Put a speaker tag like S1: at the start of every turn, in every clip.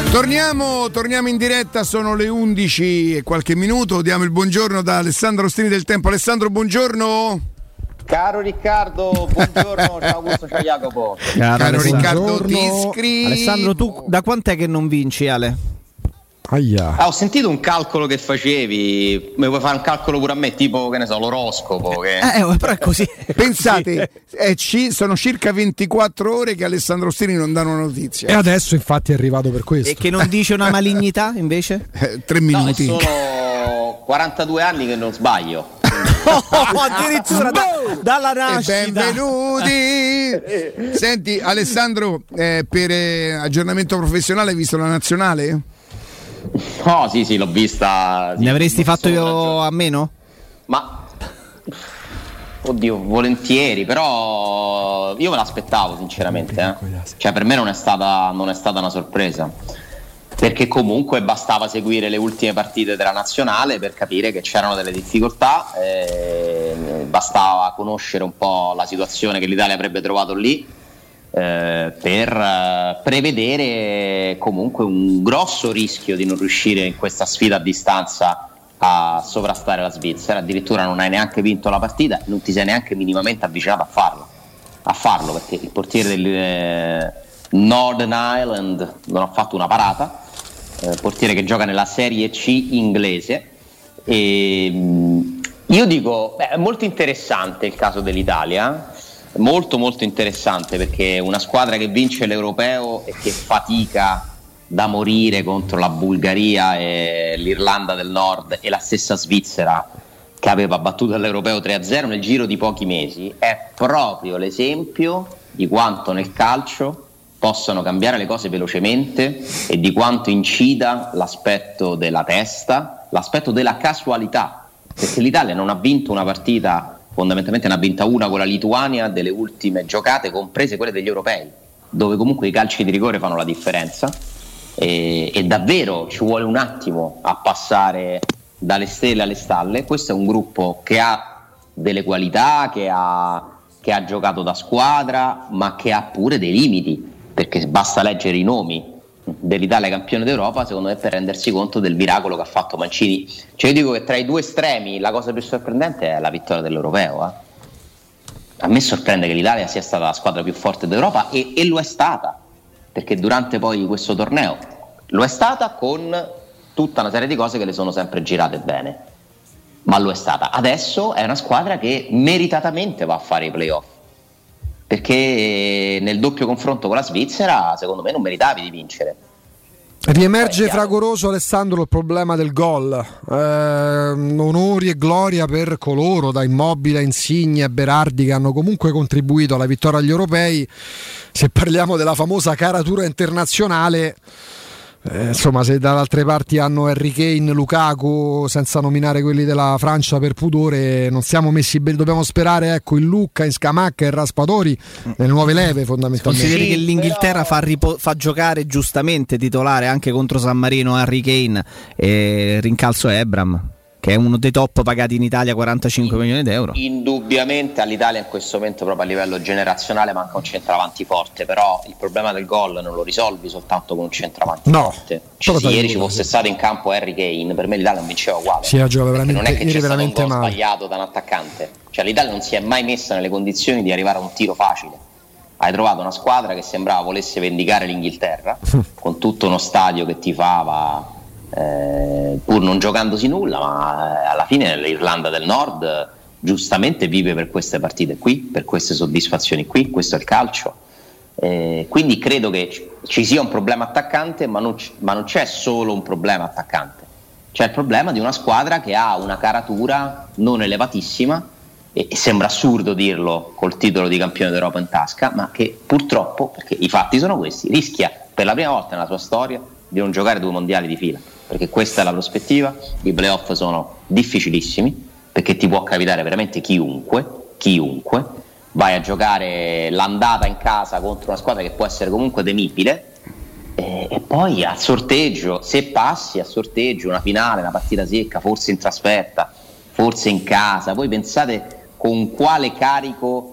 S1: Torniamo in diretta, sono le 11 e qualche minuto. Diamo il buongiorno da Alessandro Ostini del Tempo. Alessandro, buongiorno.
S2: Caro Riccardo, buongiorno. Ciao Augusto, ciao Jacopo.
S1: Caro Riccardo, ti iscrivi?
S3: Alessandro, tu da quant'è che non vinci, Ale?
S2: Ho sentito un calcolo che facevi. Mi puoi fare un calcolo pure a me, tipo, che ne so, l'oroscopo che...
S3: Però è così.
S1: Pensate, sono circa 24 ore che Alessandro Ostini non dà una notizia.
S4: E adesso infatti è arrivato per questo.
S3: E che non dice una malignità invece?
S1: 3 minuti.
S2: No, sono 42 anni che non sbaglio.
S3: Addirittura dalla nascita.
S1: Benvenuti. Senti Alessandro, per aggiornamento professionale hai visto la nazionale?
S2: Oh sì, l'ho vista. Sì,
S3: ne avresti fatto io a meno?
S2: Ma oddio, volentieri, però io me l'aspettavo sinceramente, Cioè per me non è stata una sorpresa, perché comunque bastava seguire le ultime partite della nazionale per capire che c'erano delle difficoltà, bastava conoscere un po' la situazione che l'Italia avrebbe trovato lì per prevedere comunque un grosso rischio di non riuscire in questa sfida a distanza a sovrastare la Svizzera. Addirittura non hai neanche vinto la partita, non ti sei neanche minimamente avvicinato a farlo perché il portiere del Northern Ireland non ha fatto una parata, portiere che gioca nella Serie C inglese. E io dico, è molto interessante il caso dell'Italia, molto molto interessante, perché una squadra che vince l'Europeo e che fatica da morire contro la Bulgaria e l'Irlanda del Nord e la stessa Svizzera che aveva battuto all'Europeo 3-0 nel giro di pochi mesi, è proprio l'esempio di quanto nel calcio possano cambiare le cose velocemente e di quanto incida l'aspetto della testa, l'aspetto della casualità, perché l'Italia non ha vinto una partita, fondamentalmente ne ha vinta una con la Lituania delle ultime giocate, comprese quelle degli europei, dove comunque i calci di rigore fanno la differenza, e davvero ci vuole un attimo a passare dalle stelle alle stalle. Questo è un gruppo che ha delle qualità, che ha giocato da squadra, ma che ha pure dei limiti, perché basta leggere i nomi dell'Italia campione d'Europa, secondo me, per rendersi conto del miracolo che ha fatto Mancini. Cioè io dico che tra i due estremi la cosa più sorprendente è la vittoria dell'Europeo. A me sorprende che l'Italia sia stata la squadra più forte d'Europa, e lo è stata, perché durante poi questo torneo lo è stata, con tutta una serie di cose che le sono sempre girate bene, ma lo è stata. Adesso è una squadra che meritatamente va a fare i playoff, perché nel doppio confronto con la Svizzera secondo me non meritavi di vincere.
S4: Riemerge fragoroso, Alessandro, il problema del gol. Onori e gloria per coloro, da Immobile a Insigne a Berardi, che hanno comunque contribuito alla vittoria agli europei. Se parliamo della famosa caratura internazionale, insomma, se dalle altre parti hanno Harry Kane, Lukaku, senza nominare quelli della Francia per pudore, non siamo messi bene. Dobbiamo sperare, ecco, in Lucca, in Scamacca e Raspadori, nelle nuove leve fondamentalmente.
S3: Consideri che l'Inghilterra fa giocare giustamente titolare anche contro San Marino Harry Kane, e rincalzo Ebram, che è uno dei top pagati in Italia, 45 milioni d'euro.
S2: Indubbiamente all'Italia in questo momento, proprio a livello generazionale, manca un centravanti forte, però il problema del gol non lo risolvi soltanto con un centravanti forte. Cioè, se ieri ci fosse stato in campo Harry Kane, per me l'Italia non vinceva uguale.
S4: Sì, veramente,
S2: non è che c'è stato un gol
S4: male
S2: sbagliato da un attaccante, cioè l'Italia non si è mai messa nelle condizioni di arrivare a un tiro facile. Hai trovato una squadra che sembrava volesse vendicare l'Inghilterra con tutto uno stadio che tifava, pur non giocandosi nulla, ma alla fine l'Irlanda del Nord giustamente vive per queste partite qui, per queste soddisfazioni qui. Questo è il calcio, quindi credo che ci sia un problema attaccante, ma non c'è solo un problema attaccante, c'è il problema di una squadra che ha una caratura non elevatissima, e sembra assurdo dirlo col titolo di campione d'Europa in tasca, ma che purtroppo, perché i fatti sono questi, rischia per la prima volta nella sua storia di non giocare 2 mondiali di fila, perché questa è la prospettiva. I playoff sono difficilissimi, perché ti può capitare veramente chiunque, vai a giocare l'andata in casa contro una squadra che può essere comunque temibile, e poi al sorteggio, se passi a sorteggio, una finale, una partita secca, forse in trasferta, forse in casa, voi pensate con quale carico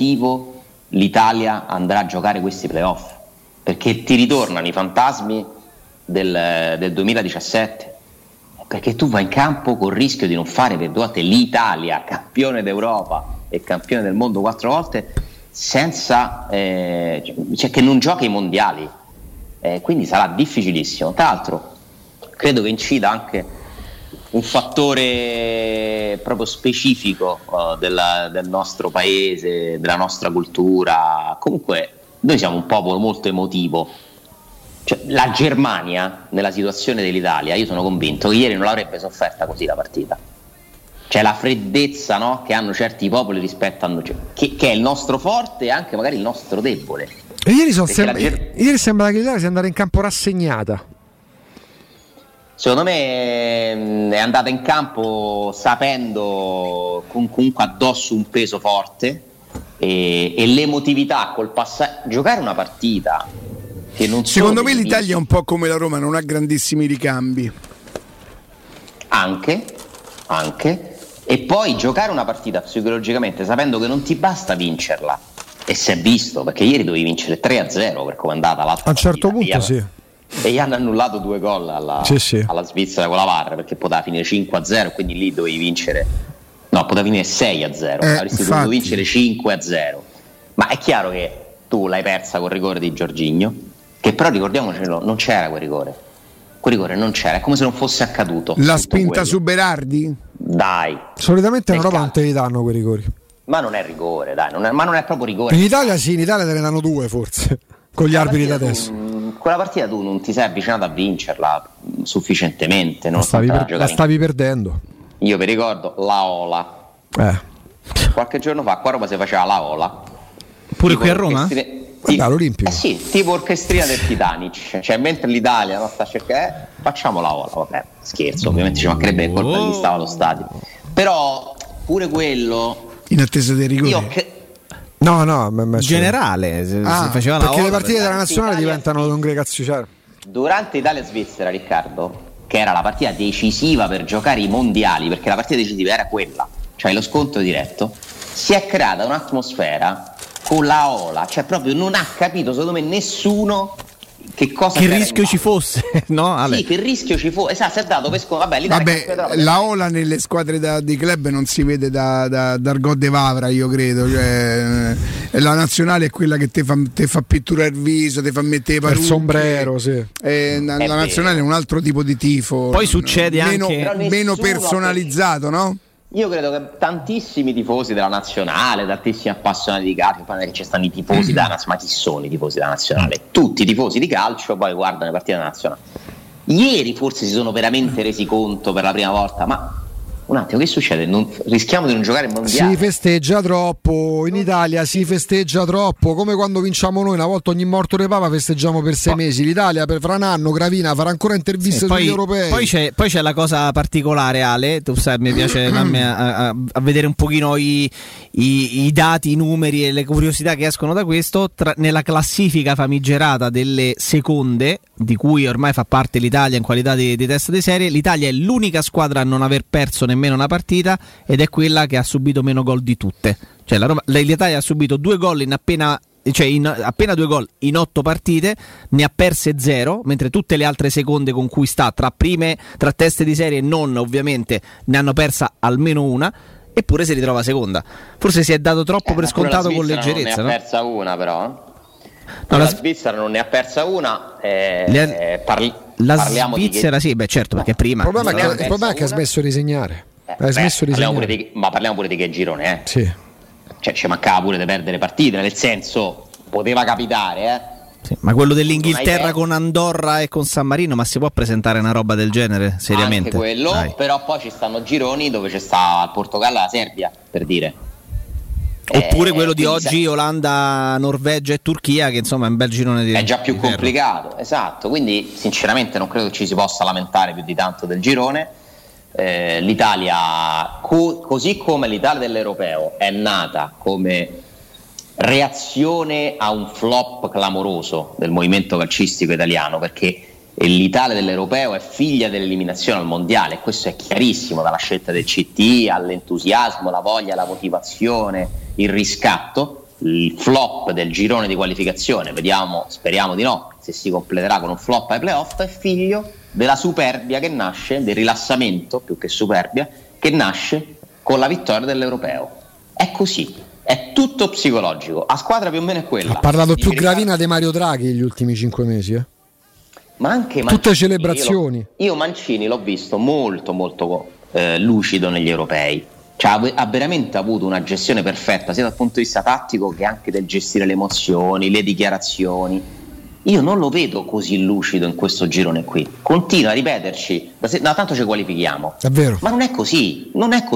S2: emotivo l'Italia andrà a giocare questi playoff, perché ti ritornano i fantasmi del 2017, perché tu vai in campo col rischio di non fare per 2 volte l'Italia campione d'Europa e campione del mondo 4 volte senza cioè che non gioca i mondiali, quindi sarà difficilissimo. Tra l'altro credo che incida anche un fattore proprio specifico del nostro paese, della nostra cultura. Comunque noi siamo un popolo molto emotivo, cioè, la Germania nella situazione dell'Italia, io sono convinto che ieri non l'avrebbe sofferta così la partita, cioè la freddezza, no, che hanno certi popoli rispetto a noi, che è il nostro forte e anche magari il nostro debole.
S4: E ieri sembra che l'Italia sia andata in campo rassegnata.
S2: Secondo me è andata in campo sapendo comunque addosso un peso forte e l'emotività col giocare una partita che non
S1: secondo me l'Italia è un po' come la Roma, non ha grandissimi ricambi.
S2: Anche e poi giocare una partita psicologicamente sapendo che non ti basta vincerla, e si è visto, perché ieri dovevi vincere 3-0 per come è andata l'altra
S4: a un certo
S2: partita,
S4: punto sì.
S2: E gli hanno annullato 2 gol alla Svizzera con la VAR, perché poteva finire 5-0, quindi lì dovevi vincere, no, poteva finire 6-0, avresti dovuto vincere 5-0. Ma è chiaro che tu l'hai persa col rigore di Jorginho, che però ricordiamocelo, non c'era quel rigore non c'era, è come se non fosse accaduto.
S1: La spinta quello su Berardi?
S2: Dai,
S4: solitamente in Europa non te li danno quei rigori,
S2: ma non è rigore, dai, ma non è proprio rigore.
S4: In Italia sì, in Italia te ne danno 2 forse con gli arbitri da adesso.
S2: Quella partita tu non ti sei avvicinato a vincerla sufficientemente,
S4: la stavi perdendo.
S2: Io vi ricordo la Ola, qualche giorno fa qua a Roma si faceva la Ola,
S3: pure qui a Roma?
S4: All'Olimpico.
S2: Sì, tipo orchestrina del Titanic, cioè mentre l'Italia non sta cercando, facciamo la Ola, vabbè, scherzo, ovviamente ci mancherebbe colpa di chi stava allo stadio, però pure quello
S1: in attesa dei rigori.
S3: No, generale si faceva la
S4: perché
S3: Ola,
S4: le partite della nazionale diventano congregazioni.
S2: Durante Italia-Svizzera, Riccardo, che era la partita decisiva per giocare i mondiali, perché la partita decisiva era quella, cioè lo scontro diretto, si è creata un'atmosfera con la Ola, cioè proprio non ha capito secondo me nessuno che rischio
S3: ci fosse, no? Ale.
S2: Sì, che rischio ci fosse, esatto, si è dato per
S1: la Ola nelle squadre di club non si vede da Argot de Vavra, io credo, cioè, la nazionale è quella che te fa pitturare il viso, te fa mettere parrucche,
S4: il sombrero, sì.
S1: La nazionale è un altro tipo di tifo,
S3: poi succede
S1: meno personalizzato, no?
S2: Io credo che tantissimi tifosi della nazionale, tantissimi appassionati di calcio, poi ci stanno i tifosi della nazionale, ma chi sono i tifosi della nazionale? Tutti i tifosi di calcio poi guardano le partite della nazionale. Ieri forse si sono veramente resi conto per la prima volta, ma un attimo, che succede? Rischiamo di non giocare il mondiale?
S4: Si festeggia troppo, in Italia si festeggia troppo, come quando vinciamo noi, una volta ogni morto di Papa festeggiamo per 6 mesi, l'Italia fra un anno, Gravina farà ancora interviste sugli europei.
S3: Poi c'è la cosa particolare, Ale, tu sai, mi piace a vedere un pochino i dati, i numeri e le curiosità che escono da questo. Nella classifica famigerata delle seconde, di cui ormai fa parte l'Italia in qualità di testa di serie, l'Italia è l'unica squadra a non aver perso nemmeno una partita ed è quella che ha subito meno gol di tutte. Cioè l'Italia ha subito 2 gol in appena 2 gol in 8 partite, ne ha perse 0, mentre tutte le altre seconde con cui sta, tra teste di serie e non ovviamente, ne hanno persa almeno una, eppure si ritrova seconda. Forse si è dato troppo per scontato con leggerezza.
S2: Non ne ha persa una però. La Svizzera non ne ha persa una.
S3: La Svizzera sì, beh certo, perché prima.
S4: Il problema è che ha smesso di segnare.
S2: Parliamo pure di che girone,
S4: Sì.
S2: Cioè ci mancava pure di perdere partite, nel senso poteva capitare,
S3: Sì, ma quello dell'Inghilterra con Andorra e con San Marino, ma si può presentare una roba del genere seriamente?
S2: Anche quello, però poi ci stanno gironi dove c'è sta il Portogallo e la Serbia, per dire.
S3: Oppure quello di oggi, Olanda, Norvegia e Turchia, che insomma è un bel girone
S2: è già più complicato, esatto, quindi sinceramente non credo che ci si possa lamentare più di tanto del girone. L'Italia, così come l'Italia dell'Europeo è nata come reazione a un flop clamoroso del movimento calcistico italiano, perché l'Italia dell'Europeo è figlia dell'eliminazione al mondiale, questo è chiarissimo, dalla scelta del CT all'entusiasmo, la voglia, la motivazione, il riscatto. il flop del girone di qualificazione, speriamo di no, se si completerà con un flop ai playoff, è figlio della superbia che nasce, del rilassamento più che superbia, che nasce con la vittoria dell'Europeo. È così, è tutto psicologico, a squadra più o meno è quella.
S4: Ha parlato più Gravina di Mario Draghi negli ultimi 5 mesi,
S2: Ma anche
S4: Mancini, tutte celebrazioni.
S2: Io Mancini l'ho visto molto molto lucido negli europei, cioè ha veramente avuto una gestione perfetta sia dal punto di vista tattico che anche del gestire le emozioni, le dichiarazioni. Io non lo vedo così lucido in questo girone qui, continua a ripeterci da tanto ci qualifichiamo,
S4: è vero.
S2: Ma non è così.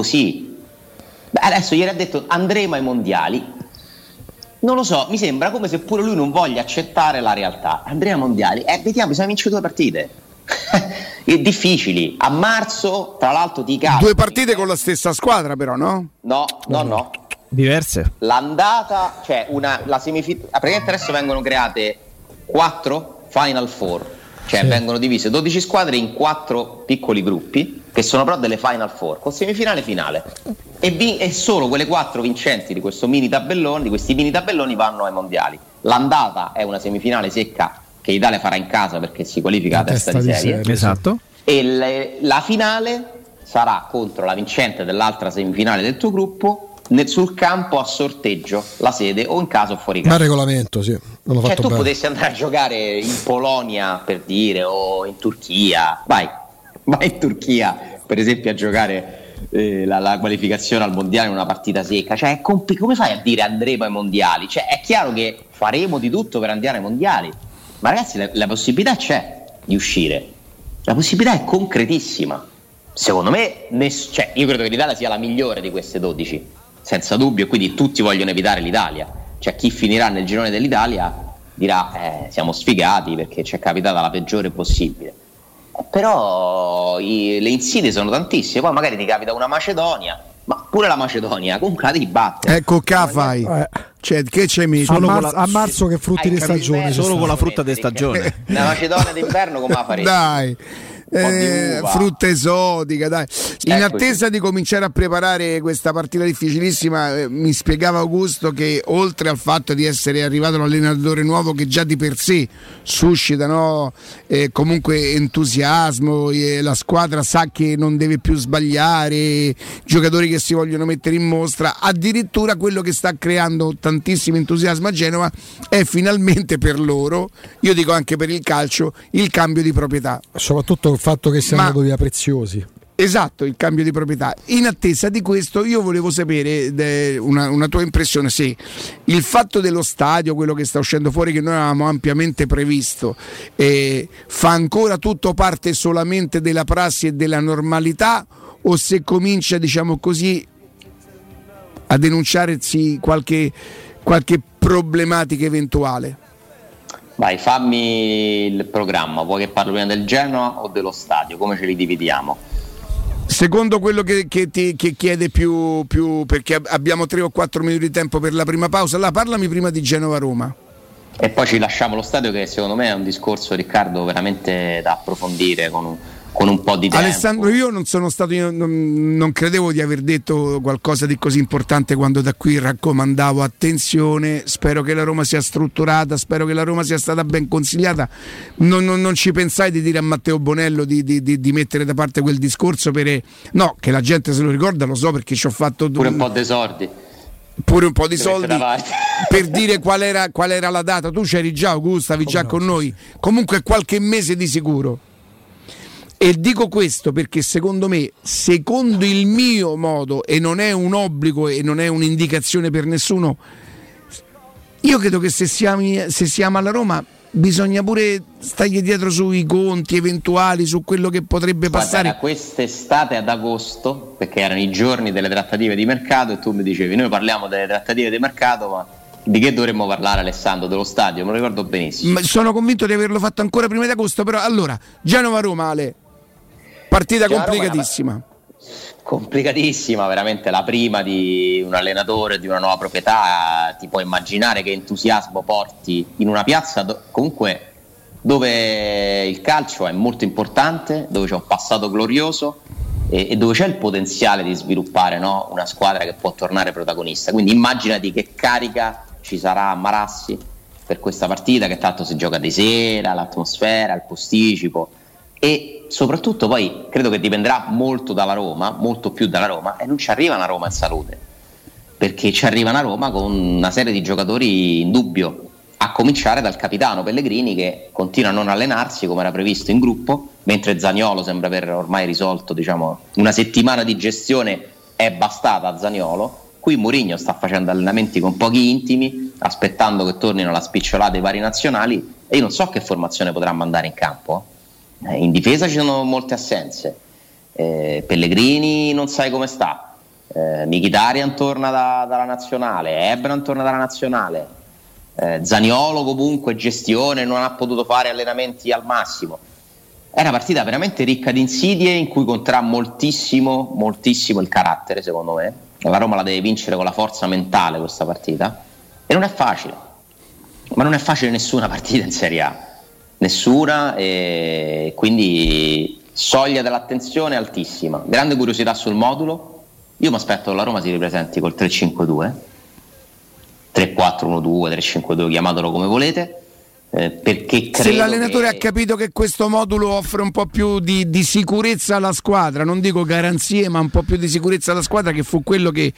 S2: Beh, adesso ieri ha detto andremo ai mondiali, non lo so, mi sembra come se pure lui non voglia accettare la realtà. Andremo ai mondiali, vediamo, bisogna vincere 2 partite difficili a marzo, tra l'altro ti cade
S1: 2 partite con la stessa squadra però, no?
S2: No,
S3: diverse.
S2: l'andata, cioè la semifinale, praticamente adesso vengono create 4 Final Four, cioè vengono divise 12 squadre in 4 piccoli gruppi che sono però delle Final Four con semifinale e finale, e solo quelle 4 vincenti di questi mini tabelloni vanno ai mondiali. L'andata è una semifinale secca che l'Italia farà in casa perché si qualifica a testa di serie.
S3: Esatto.
S2: E la finale sarà contro la vincente dell'altra semifinale del tuo gruppo sul campo a sorteggio, la sede o in caso fuori casa.
S4: Ma regolamento, sì. Non l'ho fatto
S2: tu
S4: bene.
S2: potessi andare a giocare in Polonia, per dire, o in Turchia. Vai in Turchia per esempio a giocare la qualificazione al mondiale in una partita secca. Cioè come fai a dire andremo ai mondiali? Cioè è chiaro che faremo di tutto per andare ai mondiali, ma ragazzi la possibilità c'è di uscire, la possibilità è concretissima. Secondo me io credo che l'Italia sia la migliore di queste 12 senza dubbio, e quindi tutti vogliono evitare l'Italia. Cioè chi finirà nel girone dell'Italia dirà siamo sfigati perché ci è capitata la peggiore possibile. Però le insidie sono tantissime, poi magari ti capita una Macedonia, ma pure la Macedonia comunque la devi battere.
S1: Ecco che fai, cioè, che c'è messo
S4: a marzo che frutti di stagione,
S3: solo con la frutta di stagione.
S2: La Macedonia d'inverno come la faresti?
S1: Dai, frutta esotica, dai. In attesa di cominciare a preparare questa partita difficilissima, mi spiegava Augusto che oltre al fatto di essere arrivato un allenatore nuovo che già di per sé suscita comunque entusiasmo, la squadra sa che non deve più sbagliare, giocatori che si vogliono mettere in mostra, addirittura quello che sta creando tantissimo entusiasmo a Genova è finalmente per loro, io dico anche per il calcio, il cambio di proprietà,
S4: soprattutto il fatto che siano andati via Preziosi.
S1: Esatto, il cambio di proprietà. In attesa di questo io volevo sapere una tua impressione, se il fatto dello stadio, quello che sta uscendo fuori che noi avevamo ampiamente previsto, fa ancora tutto parte solamente della prassi e della normalità, o se comincia, diciamo così, a denunciarsi qualche problematica eventuale.
S2: Vai, fammi il programma, vuoi che parlo prima del Genoa o dello stadio? Come ce li dividiamo?
S1: Secondo quello che chiede più, perché abbiamo 3 o 4 minuti di tempo per la prima pausa, parlami prima di Genova-Roma.
S2: E poi ci lasciamo lo stadio, che secondo me è un discorso, Riccardo, veramente da approfondire con un po' di tempo.
S1: Alessandro, io non credevo di aver detto qualcosa di così importante quando da qui raccomandavo attenzione, spero che la Roma sia strutturata, spero che la Roma sia stata ben consigliata. Non ci pensai di dire a Matteo Bonello di mettere da parte quel discorso che la gente se lo ricorda, lo so perché ci ho fatto
S2: pure un po' dei soldi
S1: per dire qual era la data. Tu c'eri già, Augusto, stavi già con noi, comunque qualche mese di sicuro. E dico questo perché secondo me, secondo il mio modo, e non è un obbligo e non è un'indicazione per nessuno, io credo che se siamo alla Roma bisogna pure stargli dietro sui conti eventuali, su quello che potrebbe passare.
S2: Da quest'estate ad agosto, perché erano i giorni delle trattative di mercato, e tu mi dicevi noi parliamo delle trattative di mercato, ma di che dovremmo parlare, Alessandro? Dello stadio? Me lo ricordo benissimo.
S1: Ma sono convinto di averlo fatto ancora prima di agosto. Però allora, Genova-Roma, Ale, partita
S2: complicatissima, veramente la prima di un allenatore, di una nuova proprietà. Ti puoi immaginare che entusiasmo porti in una piazza comunque dove il calcio è molto importante, dove c'è un passato glorioso e dove c'è il potenziale di sviluppare una squadra che può tornare protagonista. Quindi immaginati che carica ci sarà Marassi per questa partita, che tanto si gioca di sera, l'atmosfera, il posticipo, e soprattutto poi credo che dipenderà molto dalla Roma, molto più dalla Roma, e non ci arriva una Roma in salute, perché ci arriva una Roma con una serie di giocatori in dubbio, a cominciare dal capitano Pellegrini, che continua a non allenarsi come era previsto in gruppo, mentre Zaniolo sembra aver ormai risolto, diciamo, una settimana di gestione è bastata a Zaniolo. Qui Mourinho sta facendo allenamenti con pochi intimi, aspettando che tornino la spicciolata dei vari nazionali, e io non so che formazione potrà mandare in campo. In difesa ci sono molte assenze, Pellegrini non sai come sta, Mkhitaryan torna dalla nazionale, Ebram torna dalla nazionale, Zaniolo comunque gestione, non ha potuto fare allenamenti al massimo. È una partita veramente ricca di insidie, in cui conterà moltissimo il carattere, secondo me. La Roma la deve vincere con la forza mentale questa partita, e non è facile, ma non è facile nessuna partita in Serie A, nessuna, e quindi soglia dell'attenzione altissima, grande curiosità sul modulo. Io mi aspetto che la Roma si ripresenti col 3-5-2, 3-4-1-2, 3-5-2, chiamatelo come volete, perché credo
S1: se l'allenatore ha capito che questo modulo offre un po' più di sicurezza alla squadra, non dico garanzie, ma un po' più di sicurezza alla squadra, che fu quello che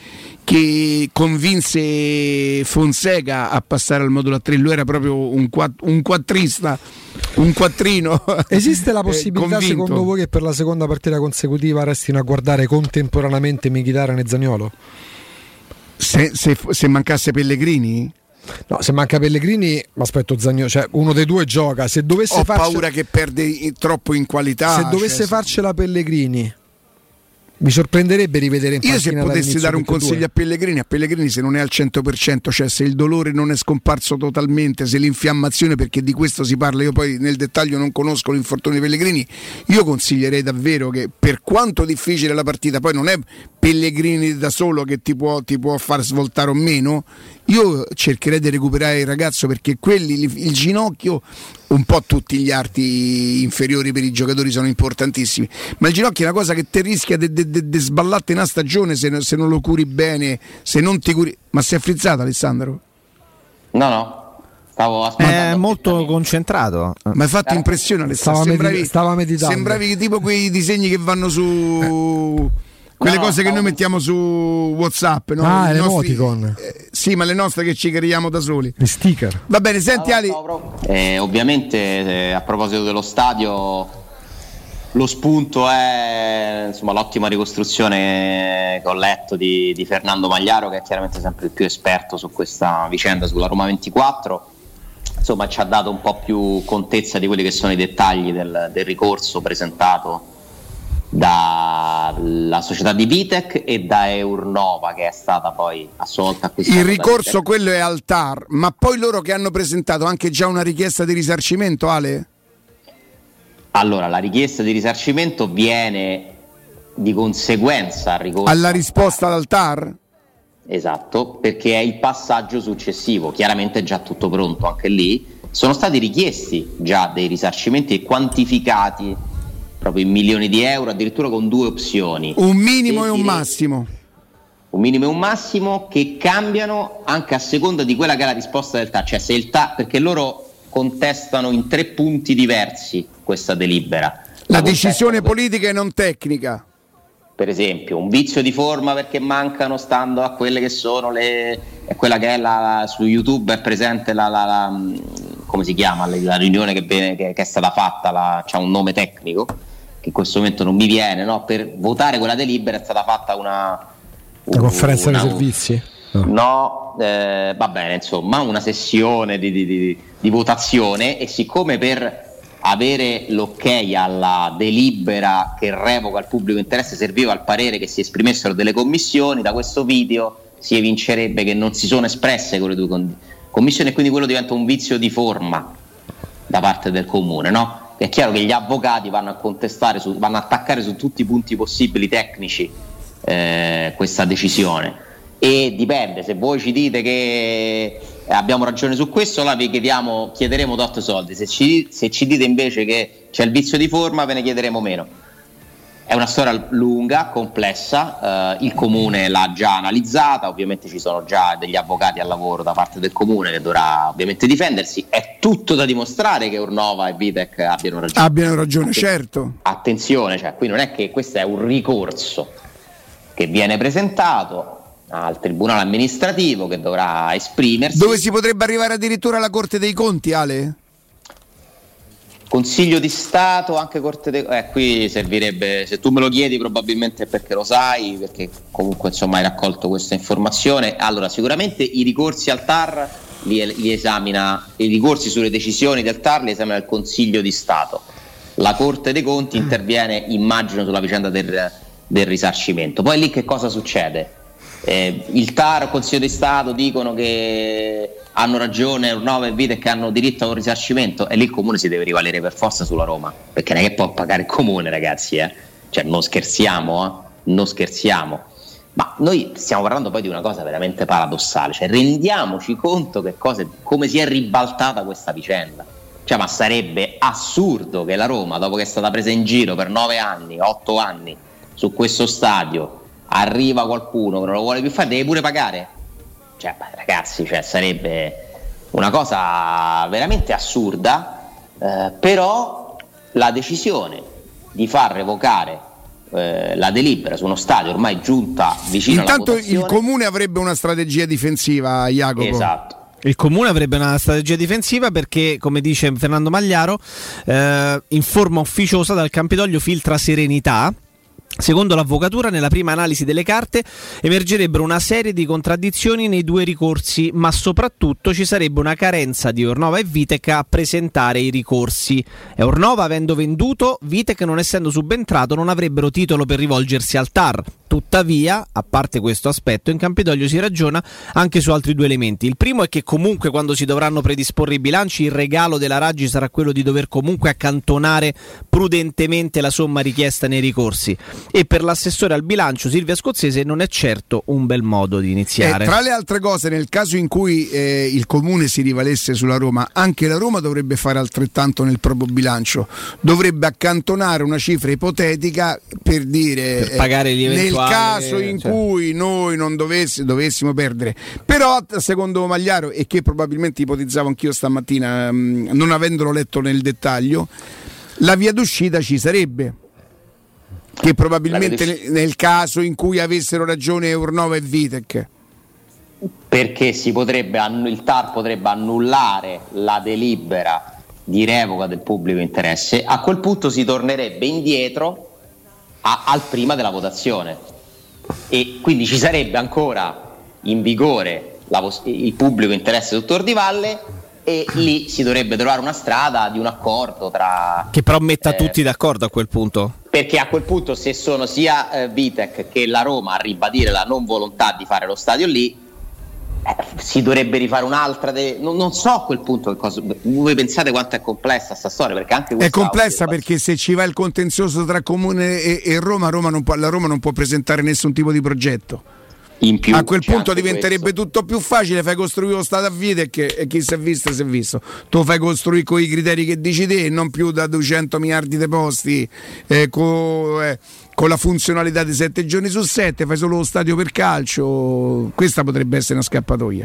S1: convinse Fonseca a passare al modulo a 3. Lui era proprio un quattrista, un quattrino.
S4: Esiste la possibilità,
S1: convinto,
S4: secondo voi, che per la seconda partita consecutiva restino a guardare contemporaneamente Mkhitaryan e Zaniolo?
S1: Se mancasse Pellegrini?
S4: No, se manca Pellegrini mi aspetto Zaniolo, cioè uno dei due gioca. Se dovesse
S1: ho paura che perde troppo in qualità.
S4: Se dovesse farcela Pellegrini, mi sorprenderebbe rivedere in panchina.
S1: Io, se potessi dare un consiglio a Pellegrini, se non è al 100%, cioè se il dolore non è scomparso totalmente, se l'infiammazione, perché di questo si parla, io poi nel dettaglio non conosco l'infortunio di Pellegrini, io consiglierei davvero che, per quanto difficile la partita, poi non è Pellegrini da solo che ti può far svoltare o meno, io cercherei di recuperare il ragazzo, perché il ginocchio, un po' tutti gli arti inferiori per i giocatori sono importantissimi, ma il ginocchio è una cosa che te rischia di sballarti una stagione se non lo curi bene, se non ti curi. Ma si è frizzato Alessandro?
S2: No, stavo aspettando.
S3: È molto concentrato.
S1: Ma hai fatto impressione, Alessandro.
S4: Stava meditando.
S1: Sembravi tipo quei disegni che vanno su quelle cose che noi mettiamo su WhatsApp, no?
S4: L'emoticon.
S1: Sì, ma le nostre che ci creiamo da soli.
S4: Le sticker.
S1: Va bene, senti Ali.
S2: Ovviamente, a proposito dello stadio, lo spunto è, insomma, l'ottima ricostruzione che ho letto di Fernando Magliaro, che è chiaramente sempre il più esperto su questa vicenda, sulla Roma 24. Insomma, ci ha dato un po' più contezza di quelli che sono i dettagli del ricorso presentato dalla società di Vitek e da Eurnova, che è stata poi a sua volta acquistata.
S1: Il ricorso quello è al TAR, ma poi loro che hanno presentato anche già una richiesta di risarcimento, Ale?
S2: Allora, la richiesta di risarcimento viene di conseguenza al ricorso
S1: alla risposta dal TAR?
S2: Esatto, perché è il passaggio successivo. Chiaramente è già tutto pronto anche lì. Sono stati richiesti già dei risarcimenti quantificati proprio in milioni di euro, addirittura con due opzioni.
S1: Un minimo e un massimo.
S2: Un minimo e un massimo che cambiano anche a seconda di quella che è la risposta del TAR. Cioè, se il TAR, perché loro contestano in 3 punti diversi questa delibera.
S1: La decisione politica e non tecnica.
S2: Per esempio, un vizio di forma perché mancano, stando a quelle che sono quella che è su YouTube è presente come si chiama la riunione che è stata fatta, c'ha un nome tecnico che in questo momento non mi viene, no? Per votare quella delibera è stata fatta una
S4: conferenza dei servizi?
S2: No, va bene, insomma, una sessione di votazione, e siccome per avere l'ok alla delibera che revoca il pubblico interesse serviva il parere che si esprimessero delle commissioni, da questo video si evincerebbe che non si sono espresse quelle due commissioni, e quindi quello diventa un vizio di forma da parte del comune, no? È chiaro che gli avvocati vanno a contestare, vanno a attaccare su tutti i punti possibili tecnici questa decisione, e dipende, se voi ci dite che abbiamo ragione su questo, là vi chiederemo tot soldi, se ci dite invece che c'è il vizio di forma ve ne chiederemo meno. È una storia lunga, complessa, il comune l'ha già analizzata, ovviamente ci sono già degli avvocati al lavoro da parte del comune che dovrà ovviamente difendersi. È tutto da dimostrare che Urnova e Vitek abbiano ragione.
S1: Certo.
S2: Attenzione, cioè, qui non è che questo è un ricorso che viene presentato al tribunale amministrativo che dovrà esprimersi.
S1: Dove si potrebbe arrivare addirittura alla Corte dei Conti, Ale?
S2: Consiglio di Stato, anche Corte dei qui servirebbe, se tu me lo chiedi probabilmente è perché lo sai, perché comunque insomma hai raccolto questa informazione. Allora, sicuramente i ricorsi al TAR li esamina, i ricorsi sulle decisioni del TAR li esamina il Consiglio di Stato. La Corte dei Conti interviene, immagino, sulla vicenda del risarcimento. Poi lì che cosa succede? Il TAR, il Consiglio di Stato dicono che hanno ragione Urnova e Vitek che hanno diritto a un risarcimento, e lì il comune si deve rivalere per forza sulla Roma, perché non è che può pagare il comune, ragazzi, cioè non scherziamo, ma noi stiamo parlando poi di una cosa veramente paradossale, cioè rendiamoci conto che come si è ribaltata questa vicenda, cioè ma sarebbe assurdo che la Roma, dopo che è stata presa in giro per 9 anni, 8 anni su questo stadio, arriva qualcuno che non lo vuole più fare, deve pure pagare. Cioè, ragazzi, sarebbe una cosa veramente assurda, però la decisione di far revocare la delibera su uno stadio ormai giunta vicino alla votazione.
S1: Intanto il comune avrebbe una strategia difensiva, Jacopo.
S2: Esatto.
S3: Il comune avrebbe una strategia difensiva perché, come dice Fernando Magliaro, in forma ufficiosa dal Campidoglio filtra serenità. Secondo l'avvocatura, nella prima analisi delle carte emergerebbero una serie di contraddizioni nei due ricorsi, ma soprattutto ci sarebbe una carenza di Urnova e Vitek a presentare i ricorsi. E Urnova, avendo venduto, Vitek non essendo subentrato, non avrebbero titolo per rivolgersi al TAR. Tuttavia, a parte questo aspetto, in Campidoglio si ragiona anche su altri due elementi. Il primo è che comunque quando si dovranno predisporre i bilanci, il regalo della Raggi sarà quello di dover comunque accantonare prudentemente la somma richiesta nei ricorsi. E per l'assessore al bilancio Silvia Scozzese non è certo un bel modo di iniziare.
S1: Tra le altre cose, nel caso in cui il comune si rivalesse sulla Roma, anche la Roma dovrebbe fare altrettanto nel proprio bilancio, dovrebbe accantonare una cifra ipotetica per dire
S3: per pagare gli eventuali,
S1: nel caso in cui noi non dovessimo perdere. Però secondo Magliaro, e che probabilmente ipotizzavo anch'io stamattina non avendolo letto nel dettaglio, la via d'uscita ci sarebbe, che probabilmente nel caso in cui avessero ragione Urnova e Vitek,
S2: perché il TAR potrebbe annullare la delibera di revoca del pubblico interesse. A quel punto si tornerebbe indietro al prima della votazione e quindi ci sarebbe ancora in vigore il pubblico interesse dottor Di Valle, e lì si dovrebbe trovare una strada di un accordo tra,
S3: che però metta tutti d'accordo a quel punto,
S2: perché a quel punto, se sono sia Vitek che la Roma a ribadire la non volontà di fare lo stadio lì, si dovrebbe rifare un'altra non so a quel punto che cosa. Voi pensate quanto è complessa sta storia? Perché anche
S1: è complessa, perché se ci va il contenzioso tra Comune e Roma, la Roma non può presentare nessun tipo di progetto.
S2: In più,
S1: a quel punto diventerebbe tutto più facile, fai costruire lo stato a Vitek e chi si è visto si è visto. Tu fai costruire con i criteri che dici te e non più da 200 miliardi di posti con la funzionalità di 7 giorni su 7, fai solo lo stadio per calcio. Questa potrebbe essere una scappatoia.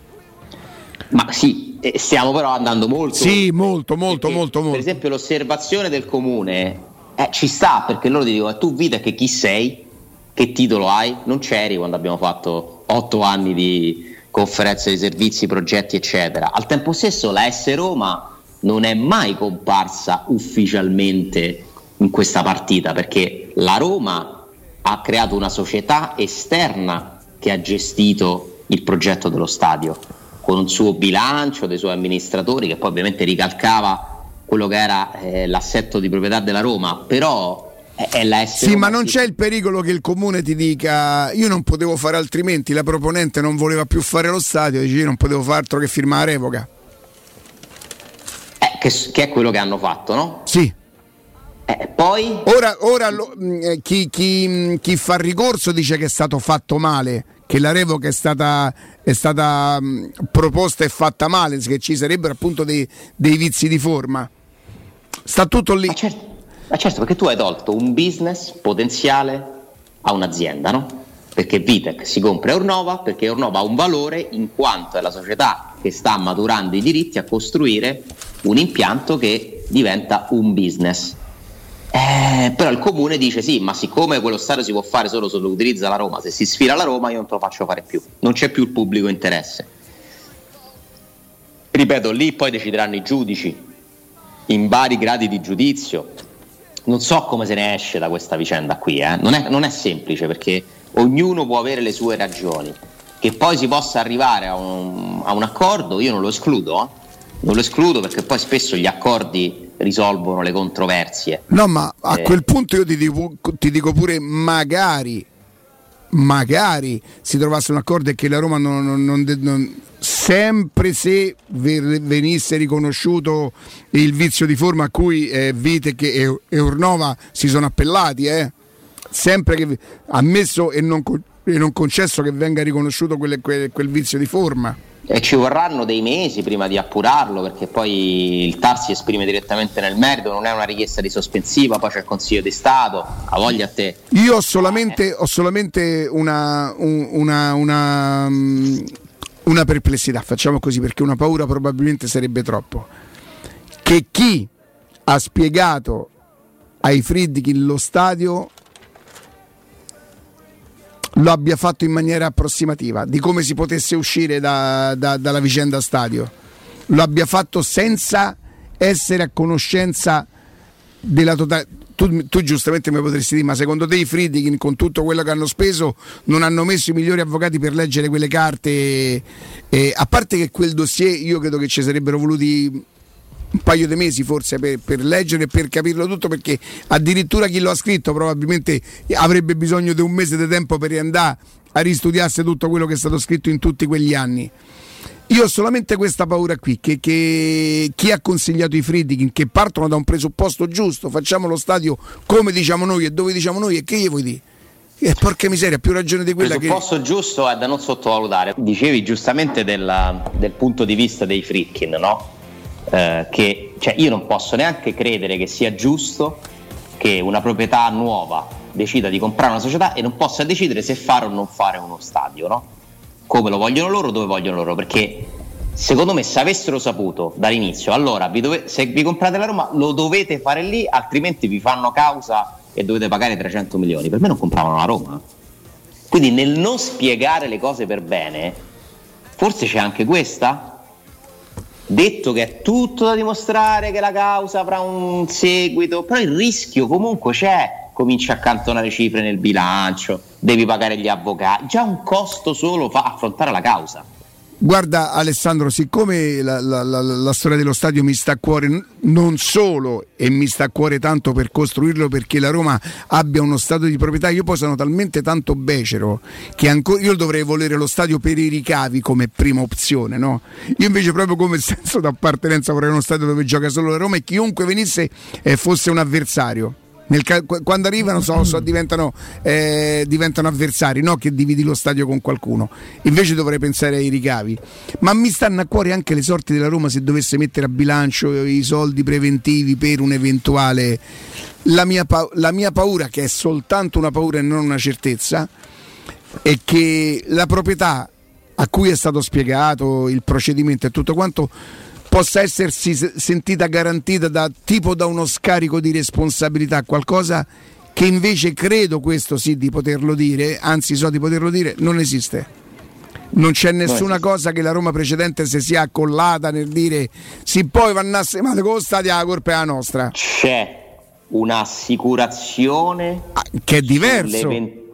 S2: Ma sì, stiamo però andando molto.
S1: Sì, molto.
S2: Per esempio l'osservazione del comune ci sta, perché loro ti dicono: tu Vitek chi sei? Che titolo hai? Non c'eri quando abbiamo fatto 8 anni di conferenze di servizi, progetti eccetera. Al tempo stesso la S Roma non è mai comparsa ufficialmente in questa partita, perché la Roma ha creato una società esterna che ha gestito il progetto dello stadio con un suo bilancio, dei suoi amministratori, che poi ovviamente ricalcava quello che era l'assetto di proprietà della Roma, però è la S Roma.
S1: Sì, ma non c'è il pericolo che il comune ti dica: io non potevo fare altrimenti, la proponente non voleva più fare lo stadio, dici io non potevo fare altro che firmare la revoca,
S2: che è quello che hanno fatto, no?
S1: Sì.
S2: Poi
S1: ora chi fa ricorso dice che è stato fatto male, che la revoca è stata proposta e fatta male, che ci sarebbero appunto dei vizi di forma. Sta tutto lì.
S2: Certo. Ma certo, perché tu hai tolto un business potenziale a un'azienda, no? Perché Vitec si compra Eurnova, perché Eurnova ha un valore in quanto è la società che sta maturando i diritti a costruire un impianto che diventa un business. Però il comune dice sì, ma siccome quello stadio si può fare solo se lo utilizza la Roma, se si sfila la Roma io non te lo faccio fare più, non c'è più il pubblico interesse. Ripeto, lì poi decideranno i giudici in vari gradi di giudizio. Non so come se ne esce da questa vicenda qui, non è semplice, perché ognuno può avere le sue ragioni. Che poi si possa arrivare a un accordo, io non lo escludo, non lo escludo, perché poi spesso gli accordi risolvono le controversie.
S1: No, ma a quel punto io ti dico pure magari si trovasse un accordo e che la Roma non sempre se venisse riconosciuto il vizio di forma a cui Vitec e Eurnova si sono appellati, sempre che ammesso e non concesso che venga riconosciuto quel vizio di forma.
S2: E ci vorranno dei mesi prima di appurarlo, perché poi il TAR si esprime direttamente nel merito, non è una richiesta di sospensiva, poi c'è il Consiglio di Stato, a voglia a te.
S1: Io ho solamente una perplessità, facciamo così, perché una paura probabilmente sarebbe troppo, che chi ha spiegato ai Friedkin lo stadio lo abbia fatto in maniera approssimativa di come si potesse uscire dalla vicenda stadio, lo abbia fatto senza essere a conoscenza della totale. Tu giustamente mi potresti dire, ma secondo te i Friedkin con tutto quello che hanno speso non hanno messo i migliori avvocati per leggere quelle carte? A parte che quel dossier io credo che ci sarebbero voluti un paio di mesi forse per leggere e per capirlo tutto, perché addirittura chi lo ha scritto probabilmente avrebbe bisogno di un mese di tempo per andare a ristudiarsi tutto quello che è stato scritto in tutti quegli anni. Io ho solamente questa paura qui, che chi ha consigliato i Friedkin, che partono da un presupposto giusto, facciamo lo stadio come diciamo noi e dove diciamo noi, e che gli vuoi dire? Porca miseria, più ragione di quella che... Il
S2: presupposto giusto è da non sottovalutare. Dicevi giustamente del punto di vista dei Friedkin, no? Che cioè io non posso neanche credere che sia giusto che una proprietà nuova decida di comprare una società e non possa decidere se fare o non fare uno stadio, no? Come lo vogliono loro, dove vogliono loro, perché secondo me se avessero saputo dall'inizio, allora se vi comprate la Roma lo dovete fare lì, altrimenti vi fanno causa e dovete pagare 300 milioni, per me non compravano la Roma. Quindi nel non spiegare le cose per bene forse c'è anche questa. Detto che è tutto da dimostrare, che la causa avrà un seguito, però il rischio comunque c'è, cominci a accantonare cifre nel bilancio, devi pagare gli avvocati, già un costo solo fa affrontare la causa.
S1: Guarda Alessandro, siccome la storia dello stadio mi sta a cuore non solo, e mi sta a cuore tanto per costruirlo perché la Roma abbia uno stadio di proprietà, io poi sono talmente tanto becero che io dovrei volere lo stadio per i ricavi come prima opzione, no? Io invece proprio come senso d'appartenenza vorrei uno stadio dove gioca solo la Roma e chiunque venisse fosse un avversario. Quando arrivano diventano avversari, no? Che dividi lo stadio con qualcuno. Invece dovrei pensare ai ricavi. Ma mi stanno a cuore anche le sorti della Roma se dovesse mettere a bilancio i soldi preventivi per un eventuale. La mia paura, che è soltanto una paura e non una certezza, è che la proprietà a cui è stato spiegato il procedimento e tutto quanto possa essersi sentita garantita da uno scarico di responsabilità, qualcosa che invece credo, questo sì di poterlo dire, anzi so di poterlo dire, non esiste. Non c'è nessuna cosa che la Roma precedente si sia accollata nel dire sì, poi vanno a male con lo stadio, la colpa è la nostra.
S2: C'è un'assicurazione
S1: che è diverso,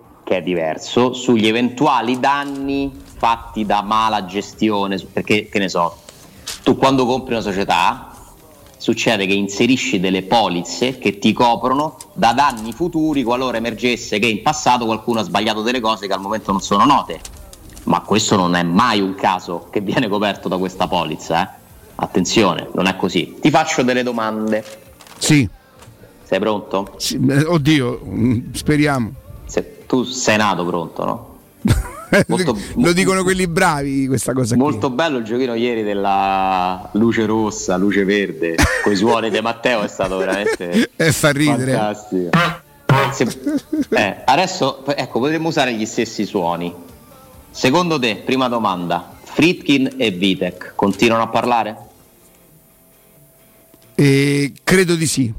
S2: sugli eventuali danni fatti da mala gestione, perché che ne so, tu quando compri una società succede che inserisci delle polizze che ti coprono da danni futuri qualora emergesse che in passato qualcuno ha sbagliato delle cose che al momento non sono note, ma questo non è mai un caso che viene coperto da questa polizza, attenzione, non è così. Ti faccio delle domande.
S1: Sì.
S2: Sei pronto?
S1: Sì, oddio, speriamo.
S2: Tu sei nato pronto, no?
S1: Lo dicono quelli bravi questa cosa
S2: molto
S1: qui.
S2: Bello il giochino ieri della luce rossa, luce verde con i suoni di Matteo, è stato veramente
S1: fa ridere,
S2: fantastico. Adesso ecco, potremmo usare gli stessi suoni. Secondo te, prima domanda, Friedkin e Vitek continuano a parlare?
S1: Credo di sì.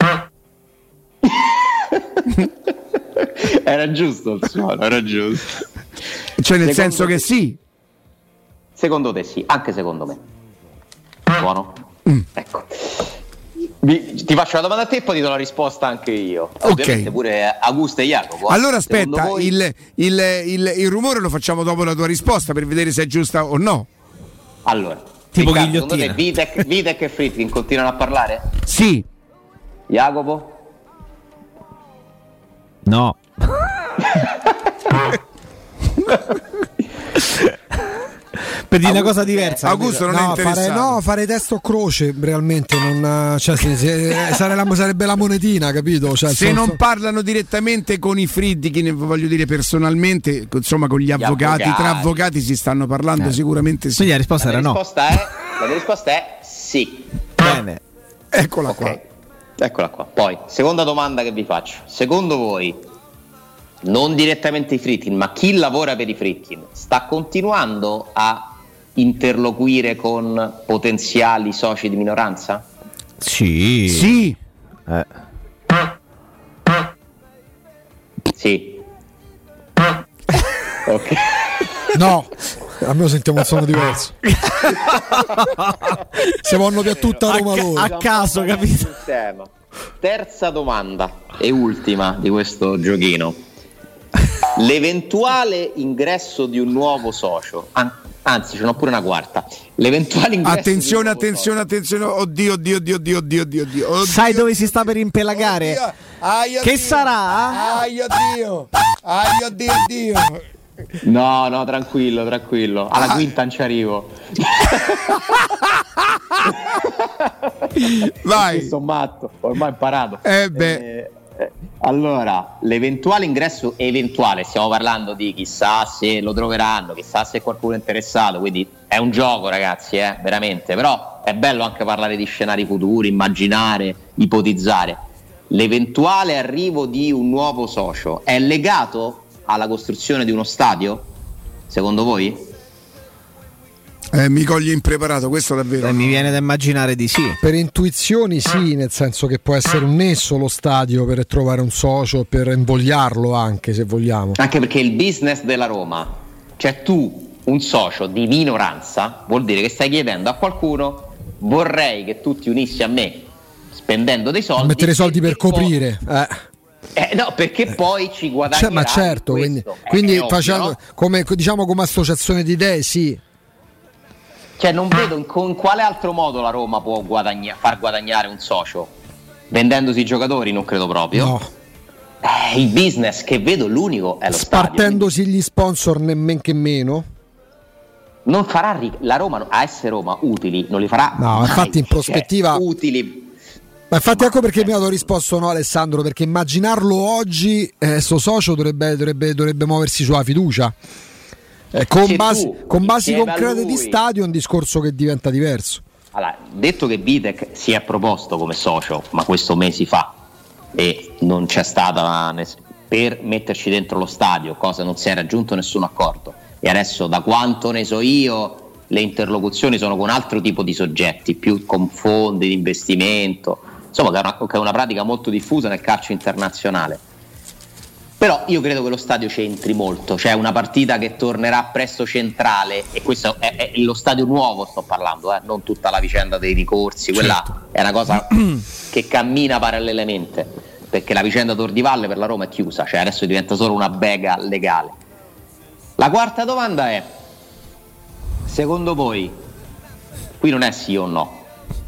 S2: Era giusto il suono, era giusto.
S1: Cioè nel senso che sì.
S2: Secondo te sì, anche secondo me. Buono? Ecco. Ti faccio la domanda a te e poi ti do la risposta anche io. Ovviamente pure Augusto e Jacopo.
S1: Allora aspetta, voi... il rumore lo facciamo dopo la tua risposta per vedere se è giusta o no.
S2: Allora,
S3: tipo
S2: Riccardo, secondo te Vitek e Friedkin continuano a parlare?
S1: Sì.
S2: Jacopo?
S3: No. Per dire una cosa diversa,
S1: Augusto non è interessato.
S4: Fare testo o croce realmente non, cioè, sarebbe la monetina, capito? Cioè,
S1: se non parlano direttamente con i Friedkin, voglio dire personalmente, insomma con gli avvocati, tra avvocati si stanno parlando sicuramente sì.
S3: Quindi la risposta era no.
S2: La risposta è sì.
S3: Bene.
S1: Eccola qua.
S2: Eccola qua. Poi, seconda domanda che vi faccio. Secondo voi, non direttamente i Friedkin, ma chi lavora per i Friedkin sta continuando a interloquire con potenziali soci di minoranza?
S3: Sì.
S1: Sì.
S2: Sì. Ok.
S4: No. Almeno sentiamo un suono diverso. Se vanno via tutta Roma loro.
S3: A caso, capito?
S2: Terza domanda e ultima di questo giochino. L'eventuale ingresso di un nuovo socio, anzi ce n'ho pure una quarta. L'eventuale ingresso
S1: attenzione. Oddio.
S3: Sai dove si sta per impelagare? Che sarà?
S1: Oddio.
S2: No, tranquillo. Alla quinta non ci arrivo.
S1: Vai.
S2: Sono matto, ormai ho imparato.
S1: Allora,
S2: l'eventuale ingresso stiamo parlando di chissà se lo troveranno, chissà se qualcuno è interessato, quindi è un gioco, ragazzi, veramente, però è bello anche parlare di scenari futuri, immaginare, ipotizzare. L'eventuale arrivo di un nuovo socio è legato alla costruzione di uno stadio, secondo voi?
S1: Mi coglie impreparato, questo davvero.
S3: Mi viene da immaginare di sì.
S4: Per intuizioni sì, nel senso che può essere un nesso lo stadio per trovare un socio, per invogliarlo anche, se vogliamo.
S2: Anche perché il business della Roma, cioè tu, un socio di minoranza, vuol dire che stai chiedendo a qualcuno: vorrei che tu ti unissi a me spendendo dei soldi,
S4: mettere soldi per coprire.
S2: No, perché poi ci guadagnerai.
S4: Ma certo, quindi facendo, no? come associazione di idee, sì.
S2: Cioè non vedo con quale altro modo la Roma può far guadagnare un socio. Vendendosi i giocatori non credo proprio.
S4: No.
S2: Il business che vedo l'unico è lo stadio.
S4: Spartendosi gli sponsor nemmeno che meno.
S2: Non farà la Roma, AS Roma utili, non li farà.
S4: No,
S2: mai.
S4: Infatti in prospettiva
S2: utili.
S4: Ma infatti ecco perché mi hanno risposto no, Alessandro, perché immaginarlo oggi sto socio dovrebbe muoversi sulla fiducia. Con basi concrete di stadio è un discorso che diventa diverso.
S2: Allora, detto che Vitek si è proposto come socio, ma questo mesi fa, e non c'è stata per metterci dentro lo stadio, cosa non si è raggiunto nessun accordo, e adesso da quanto ne so io le interlocuzioni sono con altro tipo di soggetti, più con fondi di investimento, insomma che è una pratica molto diffusa nel calcio internazionale. Però io credo che lo stadio c'entri molto, cioè una partita che tornerà presto centrale, e questo è lo stadio nuovo, sto parlando, non tutta la vicenda dei ricorsi, quella certo. È una cosa che cammina parallelamente, perché la vicenda Tordivalle per la Roma è chiusa, cioè adesso diventa solo una bega legale. La quarta domanda è: secondo voi, qui non è sì o no,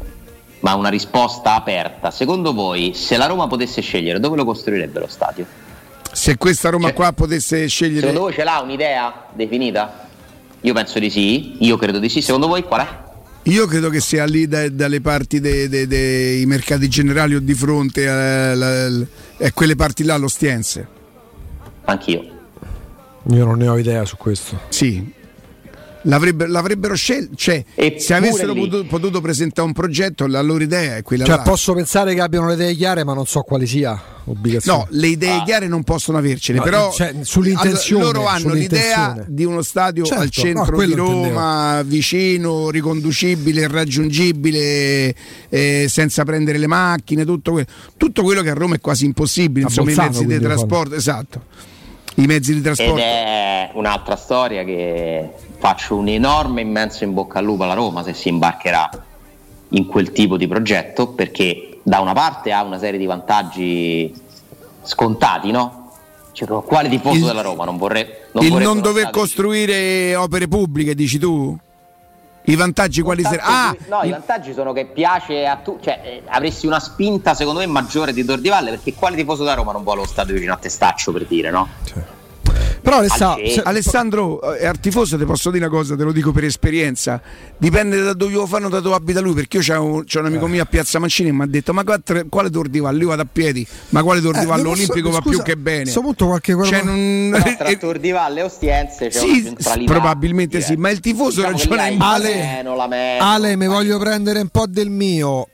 S2: ma una risposta aperta, secondo voi se la Roma potesse scegliere dove lo costruirebbe lo stadio?
S1: Se questa Roma qua potesse scegliere,
S2: secondo voi ce l'ha un'idea definita? Io penso di sì, io credo di sì. Secondo voi qual è?
S1: Io credo che sia lì dalle parti dei mercati generali o di fronte a quelle parti là, l'Ostiense.
S2: Anch'io.
S4: Io non ne ho idea su questo.
S1: Sì. L'avrebbero scelto, cioè se avessero potuto presentare un progetto, la loro idea è quella.
S4: Cioè,
S1: là.
S4: posso pensare che abbiano le idee chiare, ma non so quali sia obbligazione.
S1: No, le idee chiare non possono avercele,
S4: no,
S1: però
S4: cioè, sull'intenzione,
S1: loro hanno l'idea di uno stadio al centro di Roma, intendevo. Vicino, riconducibile, raggiungibile, senza prendere le macchine, tutto quello che a Roma è quasi impossibile, insomma, i mezzi di trasporto, esatto. I mezzi di trasporto.
S2: Ed è un'altra storia che faccio un enorme, immenso in bocca al lupo alla Roma se si imbarcherà in quel tipo di progetto, perché da una parte ha una serie di vantaggi scontati, no? Cioè, quale tifoso della Roma non vorrebbe
S1: non dover costruire opere pubbliche, dici tu? I vantaggi quali saranno?
S2: I vantaggi sono che piace a tu, cioè avresti una spinta secondo me maggiore di Tordivalle, perché quale tifoso da Roma non vuole lo stadio vicino a Testaccio, per dire, no?
S4: Cioè. Però
S1: Alessandro, al tifoso ti posso dire una cosa, te lo dico per esperienza, dipende da dove lo fanno, da dove abita lui, perché io c'ho un amico mio a Piazza Mancini e mi ha detto ma quale Tordivalle? Io vado a piedi, ma quale Tordivalle olimpico va più che bene.
S2: Tra Tordivalle e Ostiense c'è una centralità.
S1: Probabilmente sì, ma il tifoso ragiona in
S4: Ale, mi voglio prendere un po' del mio.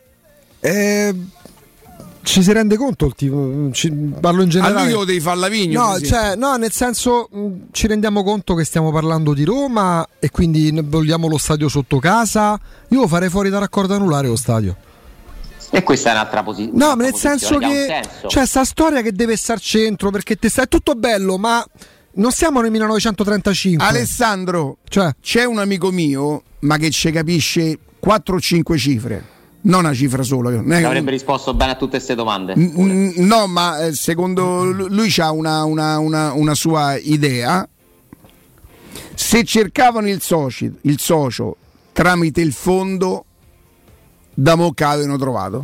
S4: Ci si rende conto, parlo in generale.
S1: A lui lo devi fare la vigna.
S4: No, nel senso, ci rendiamo conto che stiamo parlando di Roma e quindi vogliamo lo stadio sotto casa. Io lo farei fuori da raccordo anulare lo stadio.
S2: E questa è un'altra posizione.
S4: No, nel senso che c'è sta storia che deve stare al centro, perché è tutto bello, ma non siamo nel 1935.
S1: Alessandro, c'è un amico mio, ma che ci capisce 4 o 5 cifre. Non una cifra sola.
S2: Avrebbe risposto bene a tutte queste domande.
S1: No, ma secondo lui c'ha una sua idea. Se cercavano il socio tramite il fondo, da Mocca avevano trovato.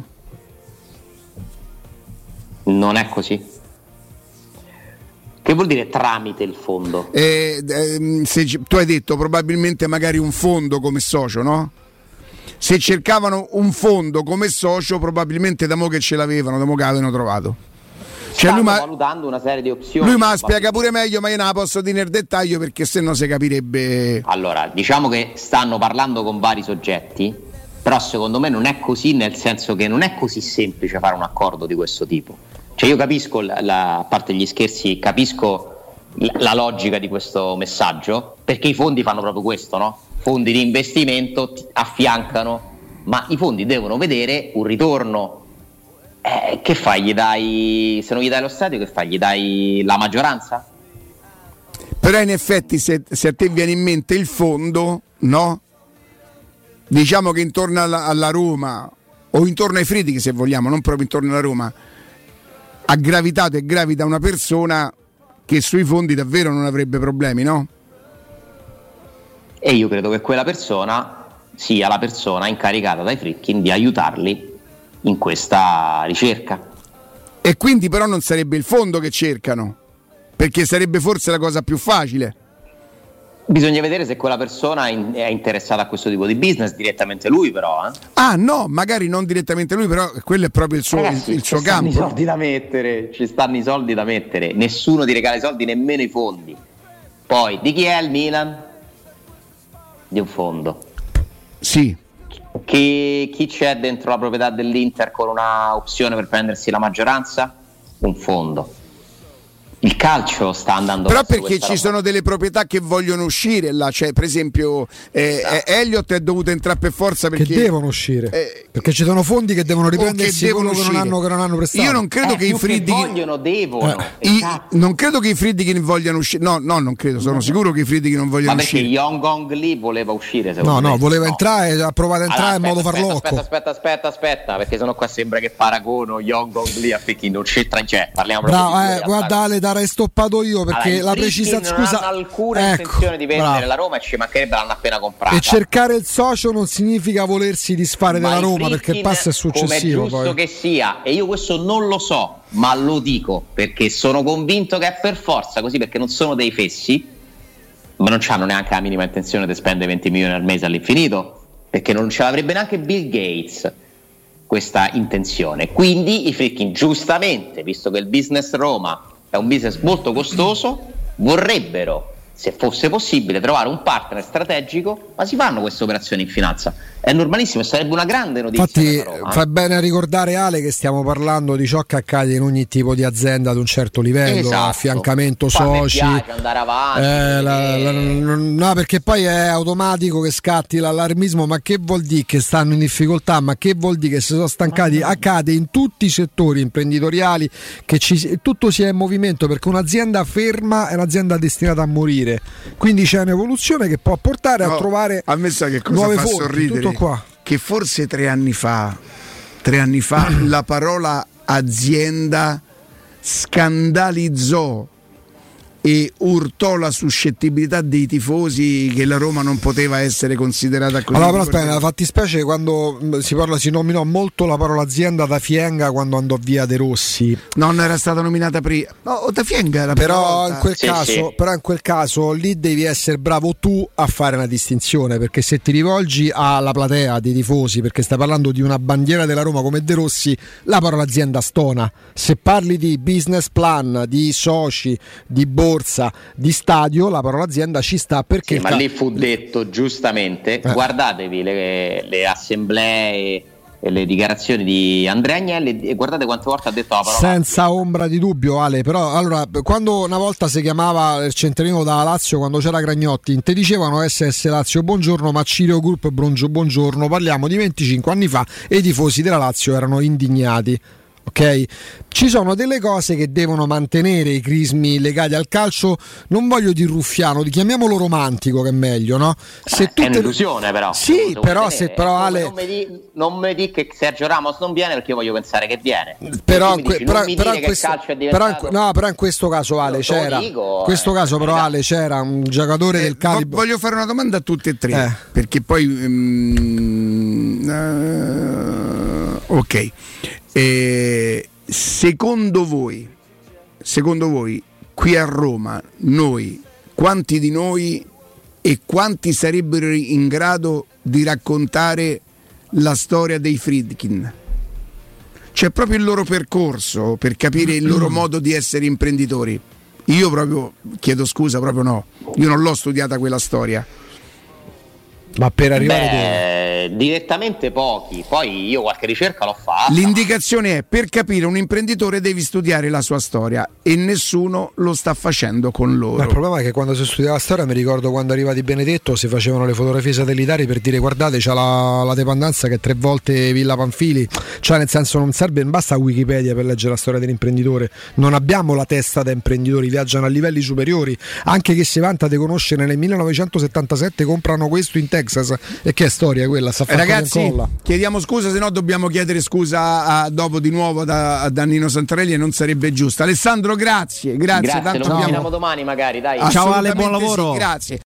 S2: Non è così. Che vuol dire tramite il fondo?
S1: Tu hai detto probabilmente magari un fondo come socio, no? Se cercavano un fondo come socio, probabilmente da mo che ce l'avevano, da mo che avevano trovato.
S2: Stanno valutando una serie di opzioni.
S1: Lui me la spiega pure meglio, ma io non la posso dire nel dettaglio perché se no si capirebbe.
S2: Allora, diciamo che stanno parlando con vari soggetti, però secondo me non è così, nel senso che non è così semplice fare un accordo di questo tipo. Cioè io capisco, a parte gli scherzi, capisco la logica di questo messaggio, perché i fondi fanno proprio questo, no? Fondi di investimento ti affiancano, ma i fondi devono vedere un ritorno. Che fai? Gli dai, se non gli dai lo stadio, che fai? Gli dai la maggioranza?
S1: Però in effetti se a te viene in mente il fondo, no? Diciamo che intorno alla Roma o intorno ai Friedrich, se vogliamo, non proprio intorno alla Roma, ha gravitato e gravita una persona che sui fondi davvero non avrebbe problemi, no?
S2: E io credo che quella persona sia la persona incaricata dai Friedkin di aiutarli in questa ricerca.
S1: E quindi però non sarebbe il fondo che cercano, perché sarebbe forse la cosa più facile.
S2: Bisogna vedere se quella persona è interessata a questo tipo di business, direttamente lui però.
S1: Ah no, magari non direttamente lui, però quello è proprio il suo,
S2: ragazzi,
S1: il suo
S2: Ci
S1: campo.
S2: stanno i soldi da mettere, nessuno ti regala i soldi, nemmeno i fondi. Poi, di chi è il Milan? Di un fondo.
S1: Sì.
S2: Chi c'è dentro la proprietà dell'Inter con una opzione per prendersi la maggioranza? Un fondo. Il calcio sta andando.
S1: Però perché ci sono delle proprietà che vogliono uscire là, cioè per esempio Elliott è dovuto entrare per forza perché
S4: che devono uscire perché ci sono fondi che devono riprendersi quello che non hanno prestato.
S1: Io non credo che i Friedkin
S2: devono.
S1: Non credo che i Friedkin vogliano uscire. No, non credo, sono sicuro che i Friedkin non vogliono uscire.
S2: Ma perché Yong Gong Lee voleva uscire, secondo me.
S4: No, voleva entrare, ha provato a entrare in modo farlocco.
S2: Aspetta, perché sennò qua sembra che paragono Yong Gong Lee a Friedkin, non c'entra, cioè, parliamo
S4: proprio guarda Ale, dare stoppato io perché la precisazione,
S2: scusa, non hanno alcuna intenzione di vendere la Roma e ci mancherebbe, l'hanno appena comprata.
S4: E cercare il socio non significa volersi disfare della Roma, perché il passo è successivo.
S2: Come è giusto
S4: poi
S2: che sia, e io questo non lo so, ma lo dico perché sono convinto che è per forza così, perché non sono dei fessi, ma non hanno neanche la minima intenzione di spendere 20 milioni al mese all'infinito, perché non ce l'avrebbe neanche Bill Gates questa intenzione. Quindi i Friedkin, giustamente, visto che il business Roma è un business molto costoso, vorrebbero, se fosse possibile, trovare un partner strategico, ma si fanno queste operazioni in finanza. È normalissimo e sarebbe una grande notizia.
S4: Infatti fa bene a ricordare, Ale, che stiamo parlando di ciò che accade in ogni tipo di azienda ad un certo livello,
S2: esatto.
S4: Affiancamento
S2: Poi
S4: soci,
S2: mi piace andare avanti,
S4: no, perché poi è automatico che scatti l'allarmismo. Ma che vuol dire che stanno in difficoltà? Ma che vuol dire che si sono stancati? Accade in tutti i settori imprenditoriali che tutto sia in movimento, perché un'azienda ferma è un'azienda destinata a morire, quindi c'è un'evoluzione che può portare a trovare
S1: a me sa che cosa
S4: nuove
S1: fa
S4: fonti,
S1: sorridere,
S4: tutto qua.
S1: Che forse 3 anni fa la parola azienda scandalizzò e urtò la suscettibilità dei tifosi che la Roma non poteva essere considerata così.
S4: Allora, però aspetta, la fattispecie quando si nominò molto la parola azienda da Fienga quando andò via De Rossi.
S1: Non era stata nominata prima. No, da Fienga era
S4: però in quel caso lì devi essere bravo tu a fare una distinzione, perché se ti rivolgi alla platea dei tifosi, perché stai parlando di una bandiera della Roma come De Rossi, la parola azienda stona. Se parli di business plan, di soci, di borsa, di stadio, la parola azienda ci sta, perché
S2: ma lì fu detto giustamente, guardatevi le assemblee e le dichiarazioni di Andrea Agnelli e guardate quante volte ha detto la parola
S4: senza ombra di dubbio, Ale. Però allora, quando una volta si chiamava il centralino da Lazio, quando c'era Gragnotti, te dicevano SS Lazio buongiorno, ma Cirio Group buongiorno, parliamo di 25 anni fa e i tifosi della Lazio erano indignati. Ok, ci sono delle cose che devono mantenere i crismi legati al calcio. Non voglio dire ruffiano, chiamiamolo romantico, che è meglio, no?
S2: Se è un'illusione, però.
S4: Sì, però Ale,
S2: non mi dica che Sergio Ramos non viene, perché io voglio pensare che viene.
S4: Però in questo caso, Ale, c'era. In questo caso, però, Ale, c'era un giocatore del calibro.
S1: Voglio fare una domanda a tutti e tre, perché poi ok. Secondo voi qui a Roma, noi, quanti di noi e quanti sarebbero in grado di raccontare la storia dei Friedkin? C'è proprio il loro percorso per capire il loro modo di essere imprenditori. Io proprio chiedo scusa, proprio no, io non l'ho studiata quella storia.
S4: Ma per arrivare
S2: direttamente pochi, poi io qualche ricerca l'ho fatta.
S1: L'indicazione è: per capire un imprenditore devi studiare la sua storia e nessuno lo sta facendo con loro.
S4: Ma il problema è che quando si studia la storia, mi ricordo quando arriva Di Benedetto, si facevano le fotografie satellitari per dire guardate c'ha la dependenza che è 3 volte Villa Panfili, cioè nel senso non serve, non basta Wikipedia per leggere la storia dell'imprenditore, non abbiamo la testa da imprenditori, viaggiano a livelli superiori, anche che si vanta di conoscere nel 1977 comprano questo in Texas, e che è storia quella.
S1: Ragazzi, chiediamo scusa, se no dobbiamo chiedere scusa dopo di nuovo da Nino Santarelli e non sarebbe giusto. Alessandro, grazie.
S2: Tanto lo vediamo domani magari, dai.
S3: Ciao Ale, buon lavoro.
S1: Sì, grazie.